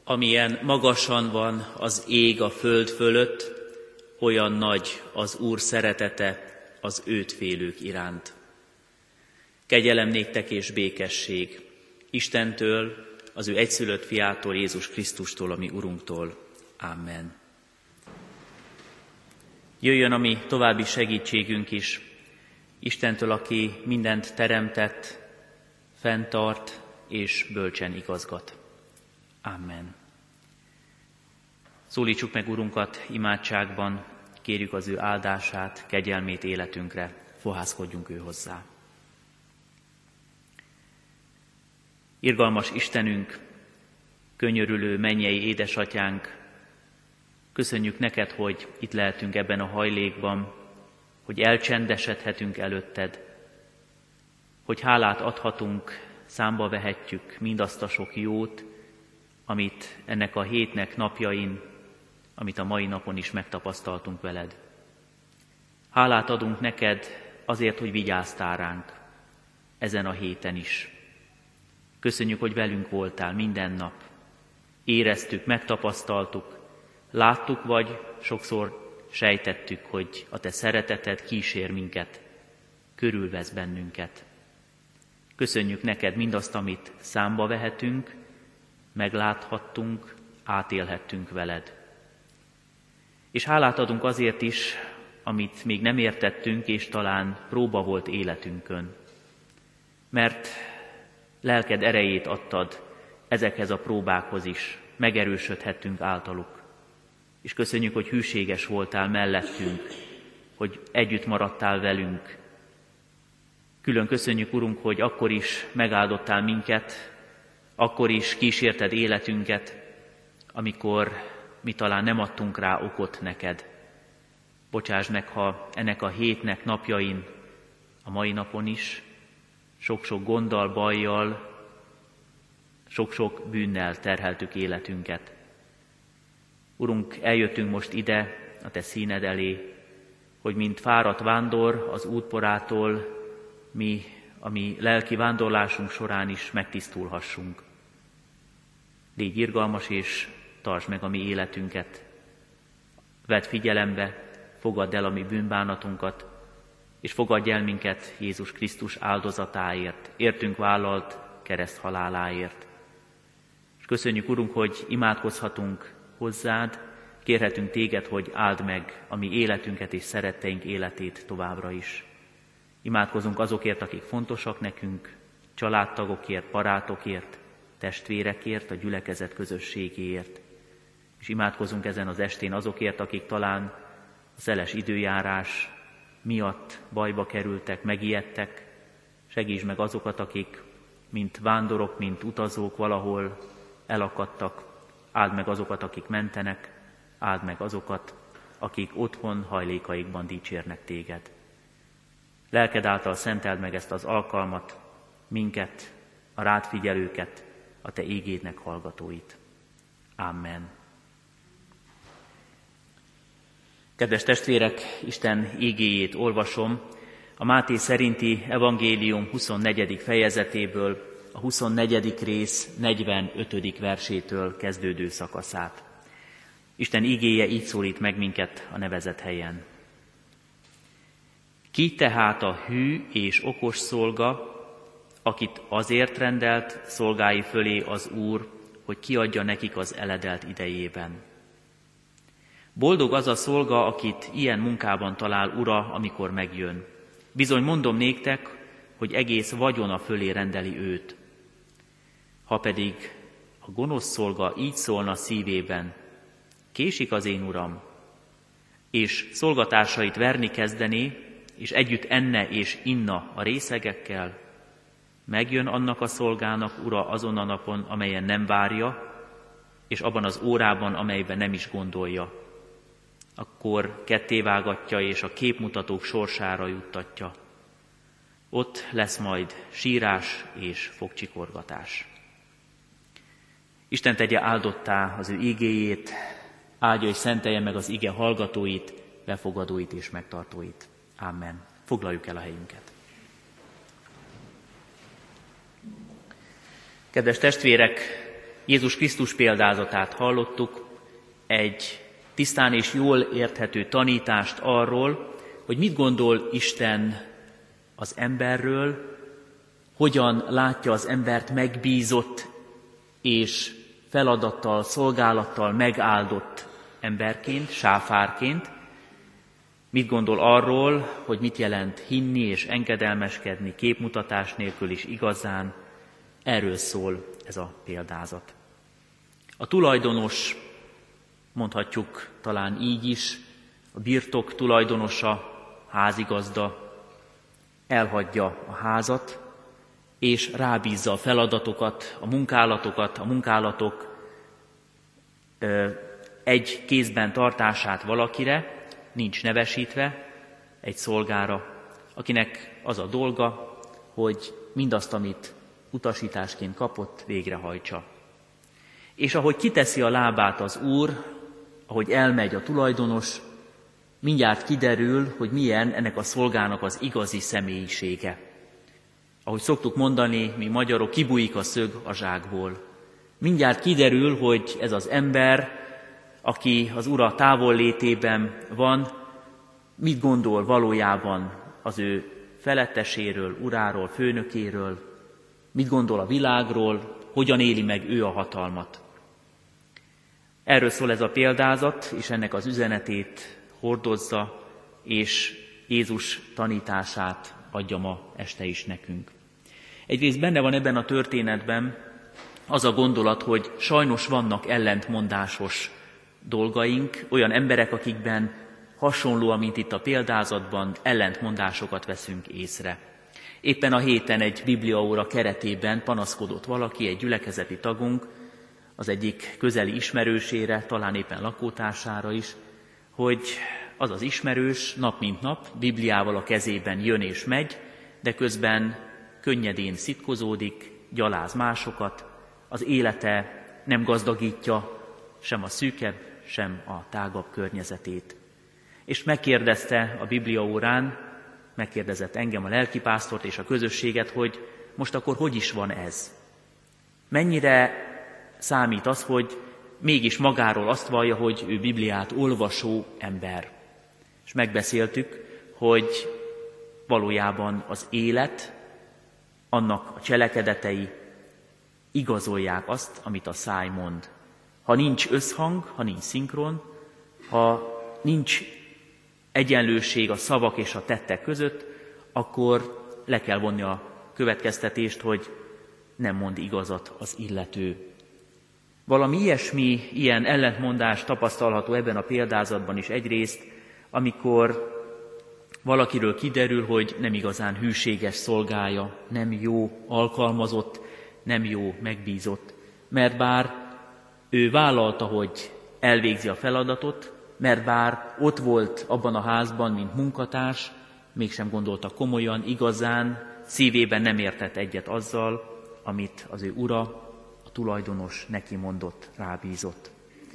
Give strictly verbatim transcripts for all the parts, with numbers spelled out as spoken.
Amilyen magasan van az ég a föld fölött, olyan nagy az Úr szeretete az őt félők iránt. Kegyelem néktek és békesség Istentől, az ő egyszülött fiától, Jézus Krisztustól, a mi Urunktól. Amen. Jöjjön a mi további segítségünk is Istentől, aki mindent teremtett, fenntart és bölcsen igazgat. Amen. Szólítsuk meg Urunkat imádságban, kérjük az ő áldását, kegyelmét életünkre, fohászkodjunk ő hozzá. Irgalmas Istenünk, könyörülő mennyei édesatyánk, köszönjük neked, hogy itt lehetünk ebben a hajlékban, hogy elcsendesedhetünk előtted, hogy hálát adhatunk, számba vehetjük mindazt a sok jót, amit ennek a hétnek napjain, amit a mai napon is megtapasztaltunk veled. Hálát adunk neked azért, hogy vigyáztál ránk, ezen a héten is. Köszönjük, hogy velünk voltál minden nap. Éreztük, megtapasztaltuk, láttuk, vagy sokszor sejtettük, hogy a te szereteted kísér minket, körülvesz bennünket. Köszönjük neked mindazt, amit számba vehetünk, megláthattunk, átélhettünk veled. És hálát adunk azért is, amit még nem értettünk, és talán próba volt életünkön. Mert lelked erejét adtad ezekhez a próbákhoz is, megerősödhettünk általuk. És köszönjük, hogy hűséges voltál mellettünk, hogy együtt maradtál velünk. Külön köszönjük, Urunk, hogy akkor is megáldottál minket, akkor is kísérted életünket, amikor mi talán nem adtunk rá okot neked. Bocsáss meg, ha ennek a hétnek napjain, a mai napon is, sok-sok gonddal, bajjal, sok-sok bűnnel terheltük életünket. Urunk, eljöttünk most ide, a te színed elé, hogy mint fáradt vándor az útporától, mi a mi lelki vándorlásunk során is megtisztulhassunk. Légy irgalmas és tartsd meg a mi életünket. Vedd figyelembe, fogadd el a mi bűnbánatunkat, és fogadj el minket Jézus Krisztus áldozatáért, értünk vállalt kereszt haláláért. És köszönjük, Urunk, hogy imádkozhatunk hozzád, kérhetünk téged, hogy áld meg a mi életünket és szeretteink életét továbbra is. Imádkozunk azokért, akik fontosak nekünk, családtagokért, barátokért, testvérekért, a gyülekezet közösségéért. És imádkozunk ezen az estén azokért, akik talán a szeles időjárás miatt bajba kerültek, megijedtek. Segítsd meg azokat, akik mint vándorok, mint utazók valahol elakadtak. Áld meg azokat, akik mentenek, áld meg azokat, akik otthon hajlékaikban dicsérnek téged. Lelked által szenteld meg ezt az alkalmat, minket, a rád figyelőket, a te ígédnek hallgatóit. Amen. Kedves testvérek, Isten ígéjét olvasom a Máté szerinti evangélium huszonnegyedik fejezetéből, a huszonnegyedik rész negyvenötödik versétől kezdődő szakaszát. Isten ígéje így szólít meg minket a nevezett helyen. Ki tehát a hű és okos szolga, akit azért rendelt szolgái fölé az Úr, hogy kiadja nekik az eledelt idejében. Boldog az a szolga, akit ilyen munkában talál ura, amikor megjön. Bizony mondom néktek, hogy egész vagyona fölé rendeli őt. Ha pedig a gonosz szolga így szólna szívében, késik az én uram, és szolgatársait verni kezdené, és együtt enne és inna a részegekkel, megjön annak a szolgának ura azon a napon, amelyen nem várja, és abban az órában, amelyben nem is gondolja. Akkor kettévágatja és a képmutatók sorsára juttatja. Ott lesz majd sírás és fogcsikorgatás. Isten tegye áldottá az ő ígéjét, áldja és szentelje meg az ige hallgatóit, befogadóit és megtartóit. Amen. Foglaljuk el a helyünket. Kedves testvérek, Jézus Krisztus példázatát hallottuk, egy tisztán és jól érthető tanítást arról, hogy mit gondol Isten az emberről, hogyan látja az embert megbízott és feladattal, szolgálattal megáldott emberként, sáfárként, mit gondol arról, hogy mit jelent hinni és engedelmeskedni képmutatás nélkül is igazán. Erről szól ez a példázat. A tulajdonos, mondhatjuk talán így is, a birtok tulajdonosa, házigazda elhagyja a házat, és rábízza a feladatokat, a munkálatokat, a munkálatok ö, egy kézben tartását valakire, nincs nevesítve, egy szolgára, akinek az a dolga, hogy mindazt, amit utasításként kapott, végrehajtsa. És ahogy kiteszi a lábát az úr, ahogy elmegy a tulajdonos, mindjárt kiderül, hogy milyen ennek a szolgának az igazi személyisége. Ahogy szoktuk mondani, mi magyarok, kibújik a szög a zsákból. Mindjárt kiderül, hogy ez az ember, aki az ura távollétében van, mit gondol valójában az ő feletteséről, uráról, főnökéről, mit gondol a világról, hogyan éli meg ő a hatalmat. Erről szól ez a példázat, és ennek az üzenetét hordozza, és Jézus tanítását adja ma este is nekünk. Egyrészt benne van ebben a történetben az a gondolat, hogy sajnos vannak ellentmondásos dolgaink, olyan emberek, akikben hasonlóan, mint itt a példázatban, ellentmondásokat veszünk észre. Éppen a héten egy bibliaóra keretében panaszkodott valaki, egy gyülekezeti tagunk, az egyik közeli ismerősére, talán éppen lakótársára is, hogy az az ismerős nap mint nap Bibliával a kezében jön és megy, de közben könnyedén szitkozódik, gyaláz másokat, az élete nem gazdagítja sem a szűkebb, sem a tágabb környezetét. És megkérdezte a bibliaórán, megkérdezett engem, a lelkipásztort és a közösséget, hogy most akkor hogy is van ez? Mennyire számít az, hogy mégis magáról azt vallja, hogy ő Bibliát olvasó ember. És megbeszéltük, hogy valójában az élet, annak a cselekedetei igazolják azt, amit a száj mond. Ha nincs összhang, ha nincs szinkron, ha nincs egyenlőség a szavak és a tettek között, akkor le kell vonni a következtetést, hogy nem mond igazat az illető. Valami ilyesmi, ilyen ellentmondás tapasztalható ebben a példázatban is egyrészt, amikor valakiről kiderül, hogy nem igazán hűséges szolgája, nem jó alkalmazott, nem jó megbízott. Mert bár ő vállalta, hogy elvégzi a feladatot, mert bár ott volt abban a házban, mint munkatárs, mégsem gondolta komolyan, igazán, szívében nem értett egyet azzal, amit az ő ura, a tulajdonos neki mondott, rábízott.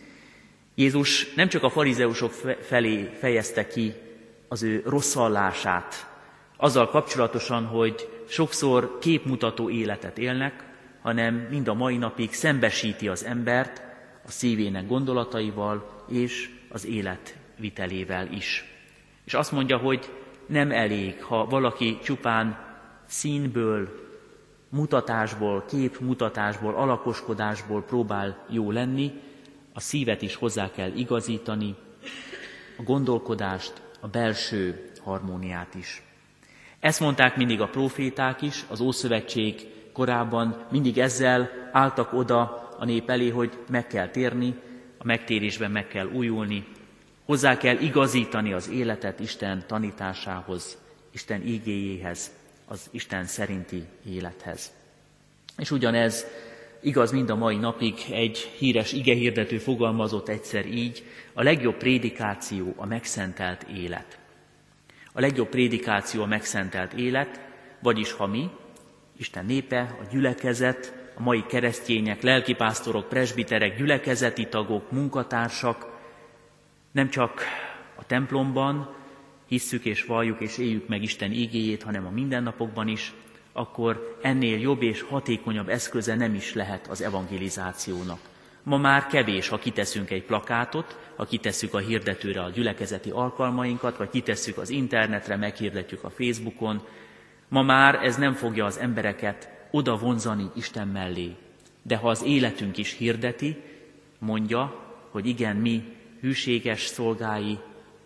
Jézus nem csak a farizeusok felé fejezte ki az ő rosszallását, azzal kapcsolatosan, hogy sokszor képmutató életet élnek, hanem mind a mai napig szembesíti az embert a szívének gondolataival és az életvitelével is. És azt mondja, hogy nem elég, ha valaki csupán színből, mutatásból, képmutatásból, alakoskodásból próbál jó lenni, a szívet is hozzá kell igazítani, a gondolkodást, a belső harmóniát is. Ezt mondták mindig a próféták is, az Ószövetség korában mindig ezzel álltak oda a nép elé, hogy meg kell térni, a megtérésben meg kell újulni, hozzá kell igazítani az életet Isten tanításához, Isten ígéjéhez, az Isten szerinti élethez. És ugyanez igaz mind a mai napig, egy híres igehirdető fogalmazott egyszer így, a legjobb prédikáció a megszentelt élet. A legjobb prédikáció a megszentelt élet, vagyis ha mi, Isten népe, a gyülekezet, a mai keresztények, lelkipásztorok, presbiterek, gyülekezeti tagok, munkatársak, nem csak a templomban hisszük és valljuk és éljük meg Isten ígéjét, hanem a mindennapokban is, akkor ennél jobb és hatékonyabb eszköze nem is lehet az evangelizációnak. Ma már kevés, ha kiteszünk egy plakátot, ha kitesszük a hirdetőre a gyülekezeti alkalmainkat, vagy kitesszük az internetre, meghirdetjük a Facebookon. Ma már ez nem fogja az embereket oda vonzani Isten mellé. De ha az életünk is hirdeti, mondja, hogy igen, mi hűséges szolgái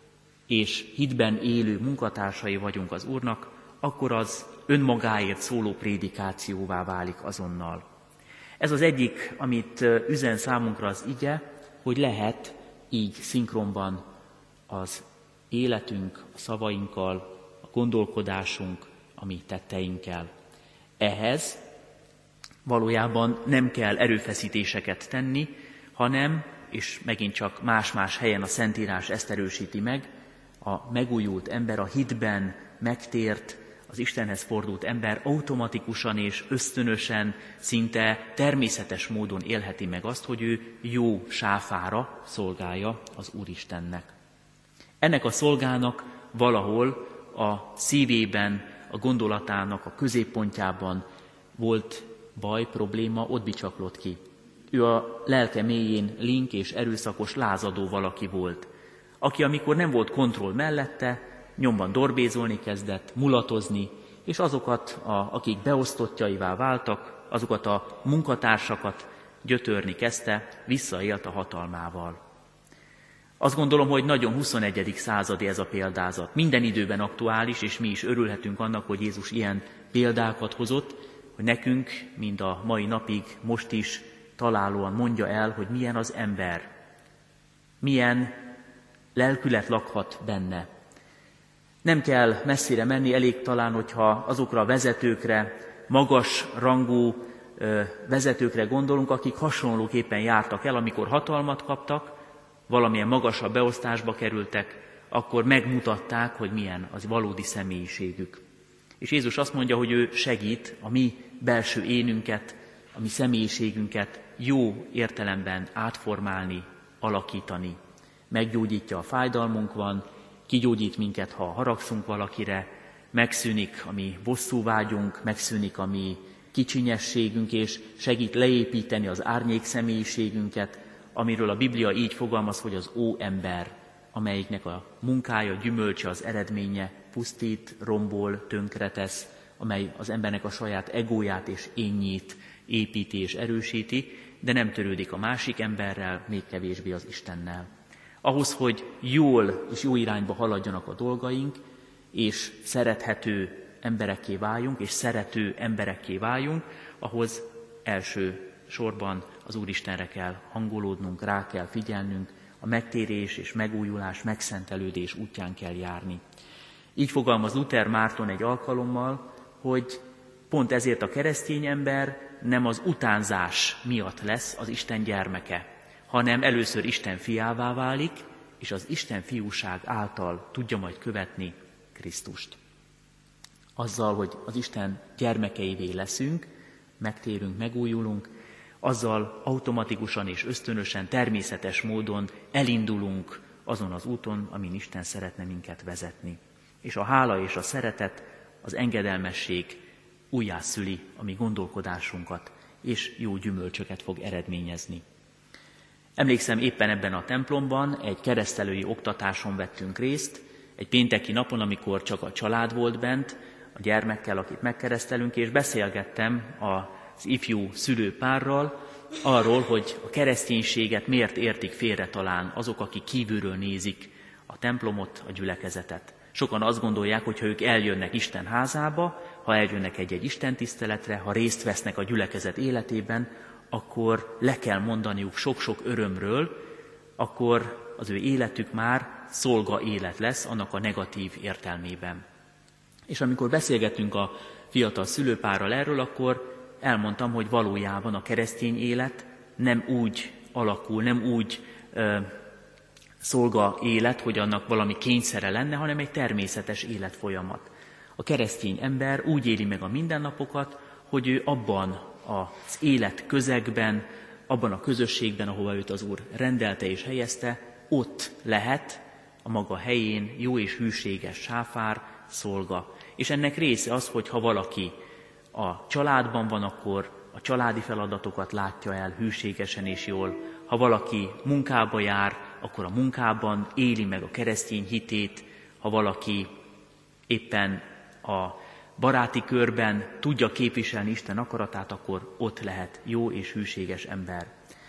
és hitben élő munkatársai vagyunk az Úrnak, akkor az önmagáért szóló prédikációvá válik azonnal. Ez az egyik, amit üzen számunkra az ige, hogy lehet így szinkronban az életünk, a szavainkkal, a gondolkodásunk, a mi tetteinkkel. Ehhez valójában nem kell erőfeszítéseket tenni, hanem, és megint csak más-más helyen a Szentírás ezt erősíti meg, a megújult ember, a hitben megtért, az Istenhez fordult ember automatikusan és ösztönösen, szinte természetes módon élheti meg azt, hogy ő jó sáfára szolgálja az Úristennek. Ennek a szolgának valahol a szívében, a gondolatának a középpontjában volt baj, probléma, ott bicsaklott ki. Ő a lelke mélyén link és erőszakos lázadó valaki volt, aki amikor nem volt kontroll mellette, nyomban dorbézolni kezdett, mulatozni, és azokat, a, akik beosztottjaivá váltak, azokat a munkatársakat gyötörni kezdte, visszaélt a hatalmával. Azt gondolom, hogy nagyon huszonegyedik századi ez a példázat. Minden időben aktuális, és mi is örülhetünk annak, hogy Jézus ilyen példákat hozott, hogy nekünk, mind a mai napig, most is találóan mondja el, hogy milyen az ember, milyen lelkület lakhat benne. Nem kell messzire menni, elég talán, hogyha azokra a vezetőkre, magas rangú ö, vezetőkre gondolunk, akik hasonlóképpen jártak el, amikor hatalmat kaptak, valamilyen magasabb beosztásba kerültek, akkor megmutatták, hogy milyen az valódi személyiségük. És Jézus azt mondja, hogy ő segít a mi belső énünket, a mi személyiségünket jó értelemben átformálni, alakítani. Meggyógyítja a fájdalmunk van, kigyógyít minket, ha haragszunk valakire, megszűnik a mi bosszúvágyunk, megszűnik a mi kicsinyességünk, és segít leépíteni az árnyék személyiségünket, amiről a Biblia így fogalmaz, hogy az óember, amelyiknek a munkája, gyümölcse, az eredménye pusztít, rombol, tönkretesz, amely az embernek a saját egóját és énjét építi és erősíti, de nem törődik a másik emberrel, még kevésbé az Istennel. Ahhoz, hogy jól és jó irányba haladjanak a dolgaink, és szerethető emberekké váljunk, és szerető emberekké váljunk, ahhoz első sorban az Úristenre kell hangolódnunk, rá kell figyelnünk, a megtérés és megújulás, megszentelődés útján kell járni. Így fogalmaz Luther Márton egy alkalommal, hogy pont ezért a keresztény ember nem az utánzás miatt lesz az Isten gyermeke, hanem először Isten fiává válik, és az Isten fiúság által tudja majd követni Krisztust. Azzal, hogy az Isten gyermekeivé leszünk, megtérünk, megújulunk, azzal automatikusan és ösztönösen, természetes módon elindulunk azon az úton, amin Isten szeretne minket vezetni. És a hála és a szeretet, az engedelmesség újjászüli a mi gondolkodásunkat, és jó gyümölcsöket fog eredményezni. Emlékszem, éppen ebben a templomban egy keresztelői oktatáson vettünk részt, egy pénteki napon, amikor csak a család volt bent, a gyermekkel, akit megkeresztelünk, és beszélgettem az ifjú szülőpárral arról, hogy a kereszténységet miért értik félre talán azok, akik kívülről nézik a templomot, a gyülekezetet. Sokan azt gondolják, hogy ha ők eljönnek Isten házába, ha eljönnek egy-egy istentiszteletre, ha részt vesznek a gyülekezet életében, akkor le kell mondaniuk sok-sok örömről, akkor az ő életük már szolga élet lesz annak a negatív értelmében. És amikor beszélgettünk a fiatal szülőpárral erről, akkor elmondtam, hogy valójában a keresztény élet nem úgy alakul, nem úgy ö, szolga élet, hogy annak valami kényszere lenne, hanem egy természetes életfolyamat. A keresztény ember úgy éli meg a mindennapokat, hogy ő abban az élet közegben, abban a közösségben, ahova őt az Úr rendelte és helyezte, ott lehet a maga helyén jó és hűséges sáfár, szolga. És ennek része az, hogy ha valaki a családban van, akkor a családi feladatokat látja el hűségesen és jól. Ha valaki munkába jár, akkor a munkában éli meg a keresztény hitét. Ha valaki éppen a baráti körben tudja képviselni Isten akaratát, akkor ott lehet jó és hűséges ember.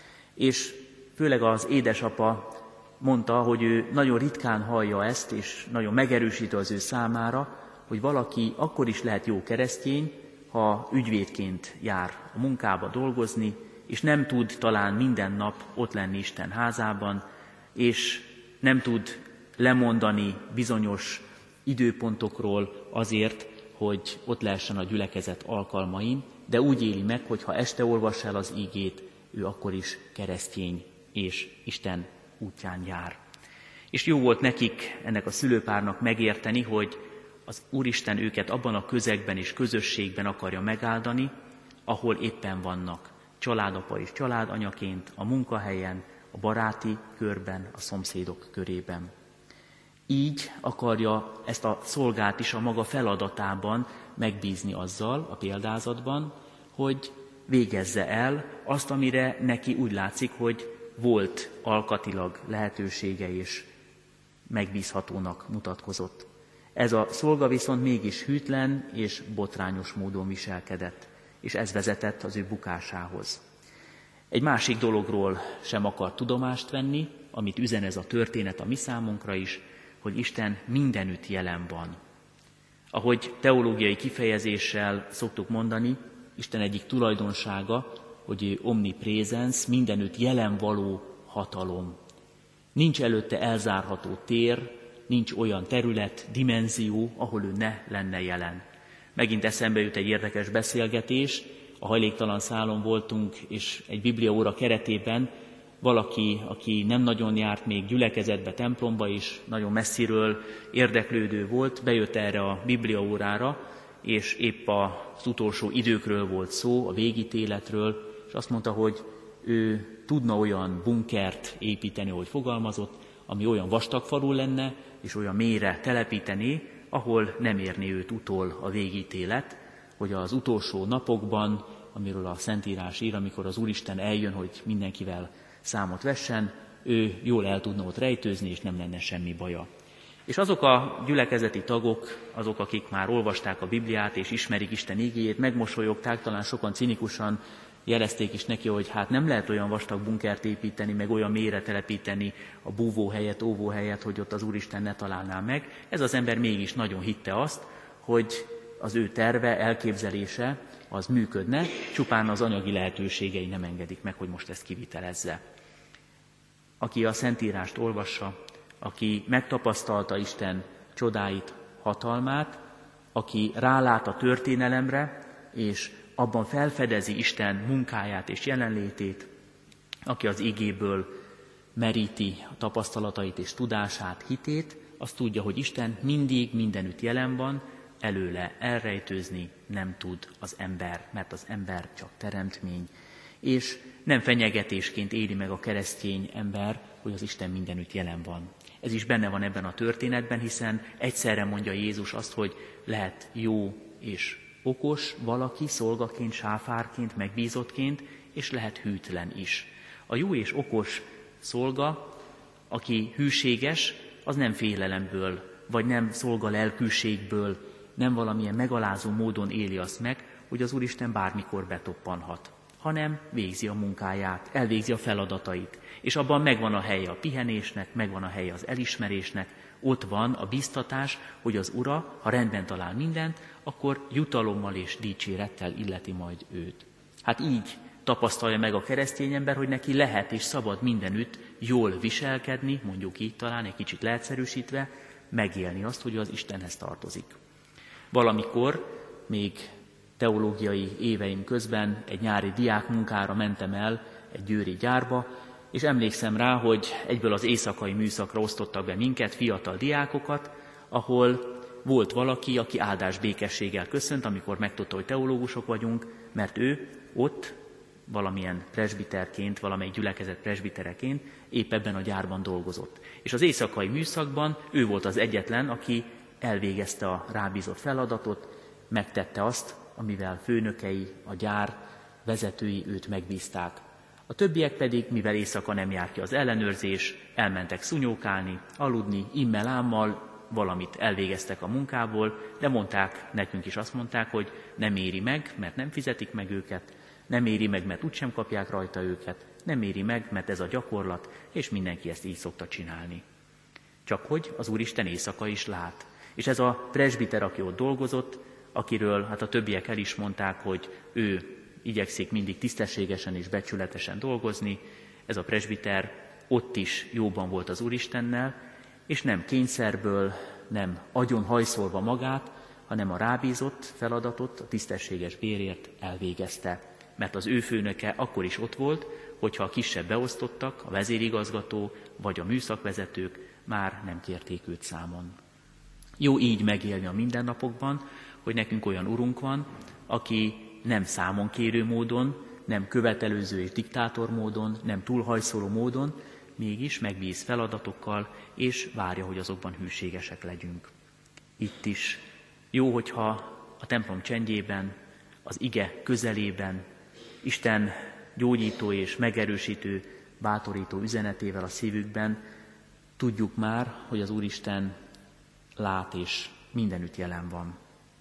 És főleg az édesapa mondta, hogy ő nagyon ritkán hallja ezt, és nagyon megerősítő az ő számára, hogy valaki akkor is lehet jó keresztény, ha ügyvédként jár a munkába dolgozni, és nem tud talán minden nap ott lenni Isten házában, és nem tud lemondani bizonyos időpontokról azért, hogy ott lehessen a gyülekezet alkalmain, de úgy éli meg, hogy ha este olvassa el az ígét, ő akkor is keresztény és Isten útján jár. És jó volt nekik, ennek a szülőpárnak megérteni, hogy az Úristen őket abban a közegben és közösségben akarja megáldani, ahol éppen vannak, családapa és családanyaként, a munkahelyen, a baráti körben, a szomszédok körében. Így akarja ezt a szolgát is a maga feladatában megbízni azzal, a példázatban, hogy végezze el azt, amire neki úgy látszik, hogy volt alkatilag lehetősége és megbízhatónak mutatkozott. Ez a szolga viszont mégis hűtlen és botrányos módon viselkedett, és ez vezetett az ő bukásához. Egy másik dologról sem akar tudomást venni, amit üzen ez a történet a mi számunkra is, hogy Isten mindenütt jelen van. Ahogy teológiai kifejezéssel szoktuk mondani, Isten egyik tulajdonsága, hogy ő omnipresens, mindenütt jelen való hatalom. Nincs előtte elzárható tér, nincs olyan terület, dimenzió, ahol ő ne lenne jelen. Megint eszembe jut egy érdekes beszélgetés, a hajléktalan szálon voltunk, és egy bibliaóra keretében valaki, aki nem nagyon járt még gyülekezetbe, templomba, és nagyon messziről érdeklődő volt, bejött erre a bibliaórára, és épp az utolsó időkről volt szó, a végítéletről, és azt mondta, hogy ő tudna olyan bunkert építeni, ahogy fogalmazott, ami olyan vastag falú lenne, és olyan mélyre telepítené, ahol nem érné őt utol a végítélet, hogy az utolsó napokban, amiről a Szentírás ír, amikor az Úristen eljön, hogy mindenkivel számot vessen, ő jól el tudna ott rejtőzni, és nem lenne semmi baja. És azok a gyülekezeti tagok, azok, akik már olvasták a Bibliát, és ismerik Isten igéjét, megmosolyogták, talán sokan cinikusan jelezték is neki, hogy hát nem lehet olyan vastag bunkert építeni, meg olyan mélyre telepíteni a búvóhelyet, óvóhelyet, hogy ott az Úristen ne találná meg. Ez az ember mégis nagyon hitte azt, hogy az ő terve, elképzelése az működne, csupán az anyagi lehetőségei nem engedik meg, hogy most ezt kivitelezze. Aki a Szentírást olvassa, aki megtapasztalta Isten csodáit, hatalmát, aki rálát a történelemre, és abban felfedezi Isten munkáját és jelenlétét, aki az igéből meríti a tapasztalatait és tudását, hitét, az tudja, hogy Isten mindig mindenütt jelen van, előle elrejtőzni nem tud az ember, mert az ember csak teremtmény, és nem fenyegetésként éli meg a keresztény ember, hogy az Isten mindenütt jelen van. Ez is benne van ebben a történetben, hiszen egyszerre mondja Jézus azt, hogy lehet jó és okos valaki szolgaként, sáfárként, megbízottként, és lehet hűtlen is. A jó és okos szolga, aki hűséges, az nem félelemből, vagy nem szolga lelkűségből, nem valamilyen megalázó módon éli azt meg, hogy az Úristen bármikor betoppanhat, hanem végzi a munkáját, elvégzi a feladatait, és abban megvan a helye a pihenésnek, megvan a helye az elismerésnek, ott van a biztatás, hogy az Ura, ha rendben talál mindent, akkor jutalommal és dicsérettel illeti majd őt. Hát így tapasztalja meg a keresztény ember, hogy neki lehet és szabad mindenütt jól viselkedni, mondjuk így talán egy kicsit leegyszerűsítve, megélni azt, hogy az Istenhez tartozik. Valamikor, még teológiai éveim közben egy nyári diákmunkára mentem el egy győri gyárba, és emlékszem rá, hogy egyből az éjszakai műszakra osztottak be minket, fiatal diákokat, ahol volt valaki, aki áldás békességgel köszönt, amikor megtudta, hogy teológusok vagyunk, mert ő ott valamilyen presbiterként, valamelyik gyülekezet presbitereként épp ebben a gyárban dolgozott. És az éjszakai műszakban ő volt az egyetlen, aki elvégezte a rábízott feladatot, megtette azt, amivel főnökei, a gyár vezetői őt megbízták. A többiek pedig, mivel éjszaka nem járt ki az ellenőrzés, elmentek szunyókálni, aludni, immel-ámmal, valamit elvégeztek a munkából, de mondták, nekünk is azt mondták, hogy nem éri meg, mert nem fizetik meg őket, nem éri meg, mert úgysem kapják rajta őket, nem éri meg, mert ez a gyakorlat, és mindenki ezt így szokta csinálni. Csak hogy az Úristen éjszaka is lát. És ez a presbiter, aki ott dolgozott, akiről hát a többiek el is mondták, hogy ő igyekszik mindig tisztességesen és becsületesen dolgozni, ez a presbiter ott is jóban volt az Úristennel, és nem kényszerből, nem agyon hajszolva magát, hanem a rábízott feladatot a tisztességes bérért elvégezte. Mert az ő főnöke akkor is ott volt, hogyha a kisebb beosztottak, a vezérigazgató vagy a műszakvezetők már nem kérték őt számon. Jó így megélni a mindennapokban, hogy nekünk olyan urunk van, aki nem számonkérő módon, nem követelőző és diktátor módon, nem túlhajszoló módon, mégis megbíz feladatokkal, és várja, hogy azokban hűségesek legyünk. Itt is jó, hogyha a templom csendjében, az ige közelében, Isten gyógyító és megerősítő, bátorító üzenetével a szívükben tudjuk már, hogy az Úristen lát és mindenütt jelen van.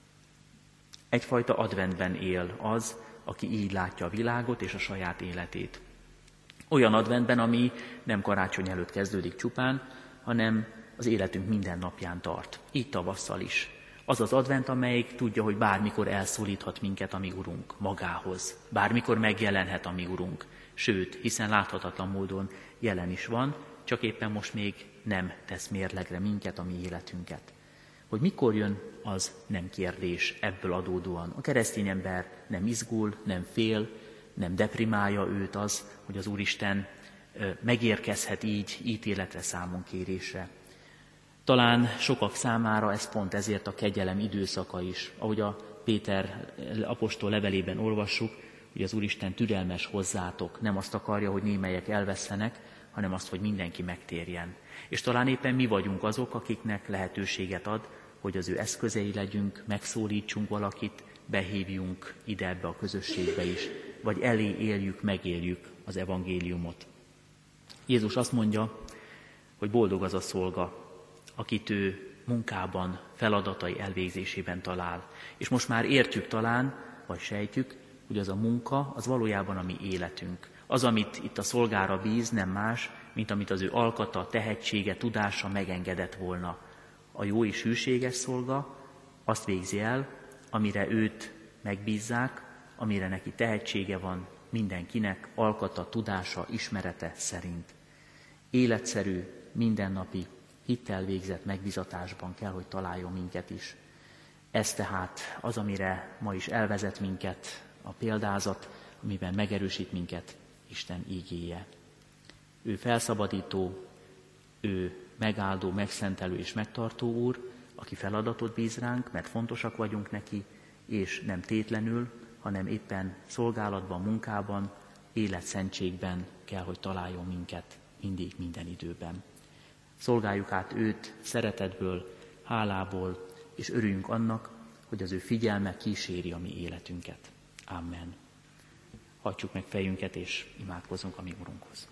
Egyfajta adventben él az, aki így látja a világot és a saját életét. Olyan adventben, ami nem karácsony előtt kezdődik csupán, hanem az életünk minden napján tart. Így tavasszal is. Az az advent, amelyik tudja, hogy bármikor elszólíthat minket a mi Urunk magához. Bármikor megjelenhet a mi Urunk. Sőt, hiszen láthatatlan módon jelen is van, csak éppen most még nem tesz mérlegre minket, a mi életünket. Hogy mikor jön, az nem kérdés ebből adódóan. A keresztény ember nem izgul, nem fél, nem deprimálja őt az, hogy az Úristen megérkezhet így ítéletre, számonkérésre. Talán sokak számára ez pont ezért a kegyelem időszaka is. Ahogy a Péter apostol levelében olvassuk, hogy az Úristen türelmes hozzátok, nem azt akarja, hogy némelyek elvesszenek, hanem azt, hogy mindenki megtérjen. És talán éppen mi vagyunk azok, akiknek lehetőséget ad, hogy az ő eszközei legyünk, megszólítsunk valakit, behívjunk ide ebbe a közösségbe is, vagy elé éljük, megéljük az evangéliumot. Jézus azt mondja, hogy boldog az a szolga, akit ő munkában, feladatai elvégzésében talál. És most már értjük talán, vagy sejtjük, hogy az a munka, az valójában a mi életünk. Az, amit itt a szolgára bíz, nem más, mint amit az ő alkata, tehetsége, tudása megengedett volna. A jó és hűséges szolga azt végzi el, amire őt megbízzák, amire neki tehetsége van, mindenkinek alkata, tudása, ismerete szerint. Életszerű, mindennapi, hittel végzett megbízatásban kell, hogy találjon minket is. Ez tehát az, amire ma is elvezet minket a példázat, amiben megerősít minket Isten ígéje. Ő felszabadító, ő megáldó, megszentelő és megtartó Úr, aki feladatot bíz ránk, mert fontosak vagyunk neki, és nem tétlenül, hanem éppen szolgálatban, munkában, életszentségben kell, hogy találjon minket mindig, minden időben. Szolgáljuk át őt szeretetből, hálából, és örüljünk annak, hogy az ő figyelme kíséri a mi életünket. Amen. Hajtsuk meg fejünket, és imádkozzunk a mi Urunkhoz.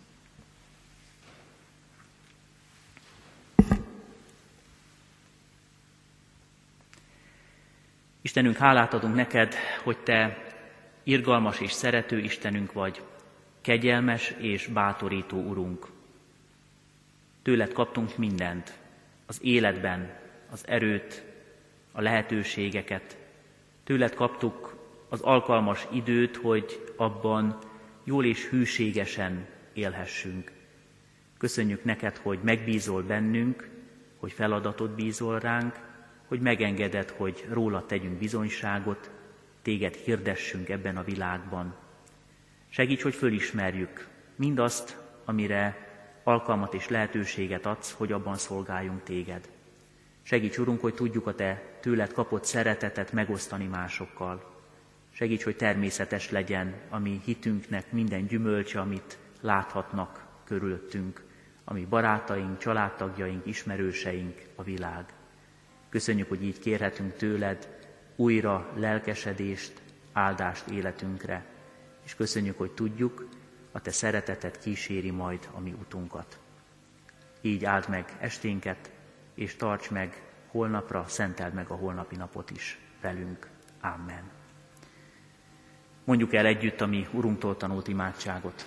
Istenünk, hálát adunk neked, hogy te irgalmas és szerető Istenünk vagy, kegyelmes és bátorító Urunk. Tőled kaptunk mindent, az életben, az erőt, a lehetőségeket. Tőled kaptuk az alkalmas időt, hogy abban jól és hűségesen élhessünk. Köszönjük neked, hogy megbízol bennünk, hogy feladatot bízol ránk, hogy megengeded, hogy róla tegyünk bizonyságot, téged hirdessünk ebben a világban. Segíts, hogy fölismerjük mindazt, amire alkalmat és lehetőséget adsz, hogy abban szolgáljunk téged. Segíts, Urunk, hogy tudjuk a te tőled kapott szeretetet megosztani másokkal. Segíts, hogy természetes legyen a mi hitünknek minden gyümölcse, amit láthatnak körülöttünk, ami barátaink, családtagjaink, ismerőseink, a világ. Köszönjük, hogy így kérhetünk tőled, újra lelkesedést, áldást életünkre. És köszönjük, hogy tudjuk, a Te szereteted kíséri majd a mi utunkat. Így áld meg esténket, és tarts meg holnapra, szenteld meg a holnapi napot is velünk. Amen. Mondjuk el együtt a mi Urunktól tanult imádságot.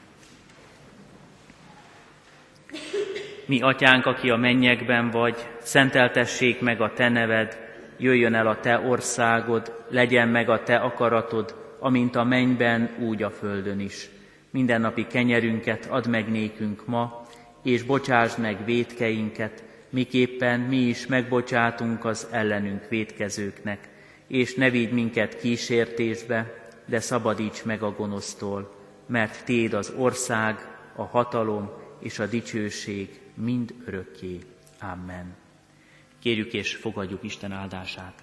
Mi atyánk, aki a mennyekben vagy, szenteltessék meg a Te neved, jöjjön el a Te országod, legyen meg a Te akaratod, amint a mennyben, úgy a földön is. Mindennapi kenyerünket add meg nékünk ma, és bocsásd meg vétkeinket, miképpen mi is megbocsátunk az ellenünk vétkezőknek, és ne vigy minket kísértésbe, de szabadíts meg a gonosztól, mert Tiéd az ország, a hatalom és a dicsőség mind örökké. Amen. Kérjük és fogadjuk Isten áldását.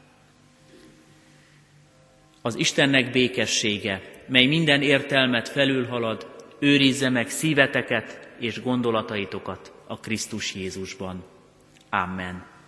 Az Istennek békessége, mely minden értelmet felülhalad, őrizze meg szíveteket és gondolataitokat a Krisztus Jézusban. Amen.